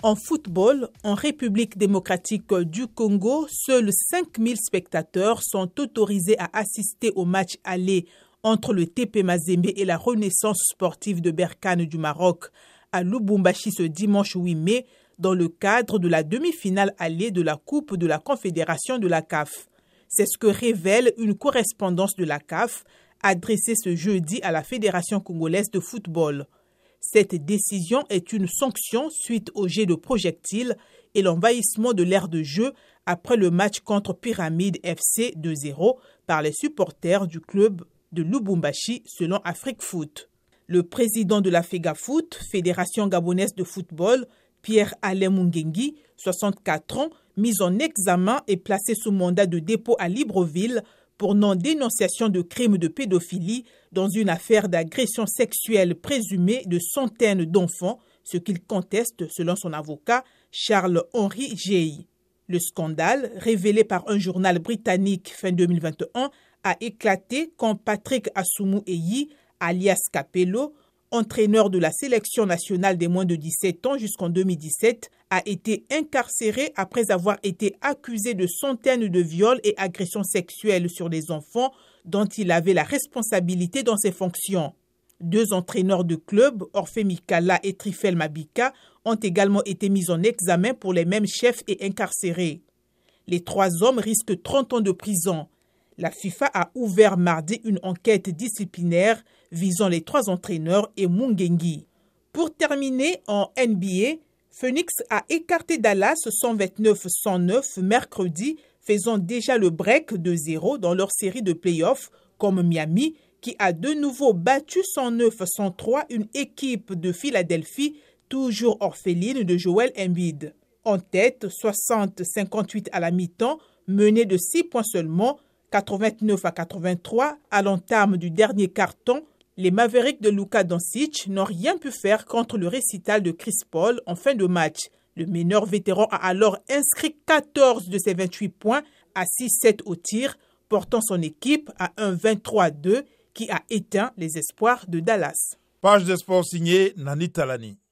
En football, en République démocratique du Congo, seuls 5000 spectateurs sont autorisés à assister au match aller entre le TP Mazembe et la Renaissance sportive de Berkane du Maroc à Lubumbashi ce dimanche 8 mai dans le cadre de la demi-finale aller de la Coupe de la Confédération de la CAF. C'est ce que révèle une correspondance de la CAF adressée ce jeudi à la Fédération congolaise de football. Cette décision est une sanction suite au jet de projectiles et l'envahissement de l'aire de jeu après le match contre Pyramide FC 2-0 par les supporters du club de Lubumbashi selon Afrique Foot. Le président de la FEGAFOOT, Fédération gabonaise de football, Pierre-Alain Mungengi, 64 ans, mis en examen et placé sous mandat de dépôt à Libreville pour non-dénonciation de crimes de pédophilie dans une affaire d'agression sexuelle présumée de centaines d'enfants, ce qu'il conteste selon son avocat Charles-Henri Géhy. Le scandale, révélé par un journal britannique fin 2021, a éclaté quand Patrick Assoumou Eyi, alias Capello, entraîneur de la sélection nationale des moins de 17 ans jusqu'en 2017, a été incarcéré après avoir été accusé de centaines de viols et agressions sexuelles sur des enfants dont il avait la responsabilité dans ses fonctions. 2 entraîneurs de club, Orphée Mikala et Trifel Mabika, ont également été mis en examen pour les mêmes chefs et incarcérés. Les 3 hommes risquent 30 ans de prison. La FIFA a ouvert mardi une enquête disciplinaire visant les 3 entraîneurs et Mungengi. Pour terminer, en NBA, Phoenix a écarté Dallas 129-109 mercredi, faisant déjà le break 2-0 dans leur série de playoffs, comme Miami, qui a de nouveau battu 109-103 une équipe de Philadelphie, toujours orpheline de Joel Embiid. En tête, 60-58 à la mi-temps, menée de 6 points seulement, 89-83 à l'entame du dernier quart-temps, les Mavericks de Luka Doncic n'ont rien pu faire contre le récital de Chris Paul en fin de match. Le meneur vétéran a alors inscrit 14 de ses 28 points à 6-7 au tir, portant son équipe à un 23-2 qui a éteint les espoirs de Dallas. Page de sport signée Nani Talani.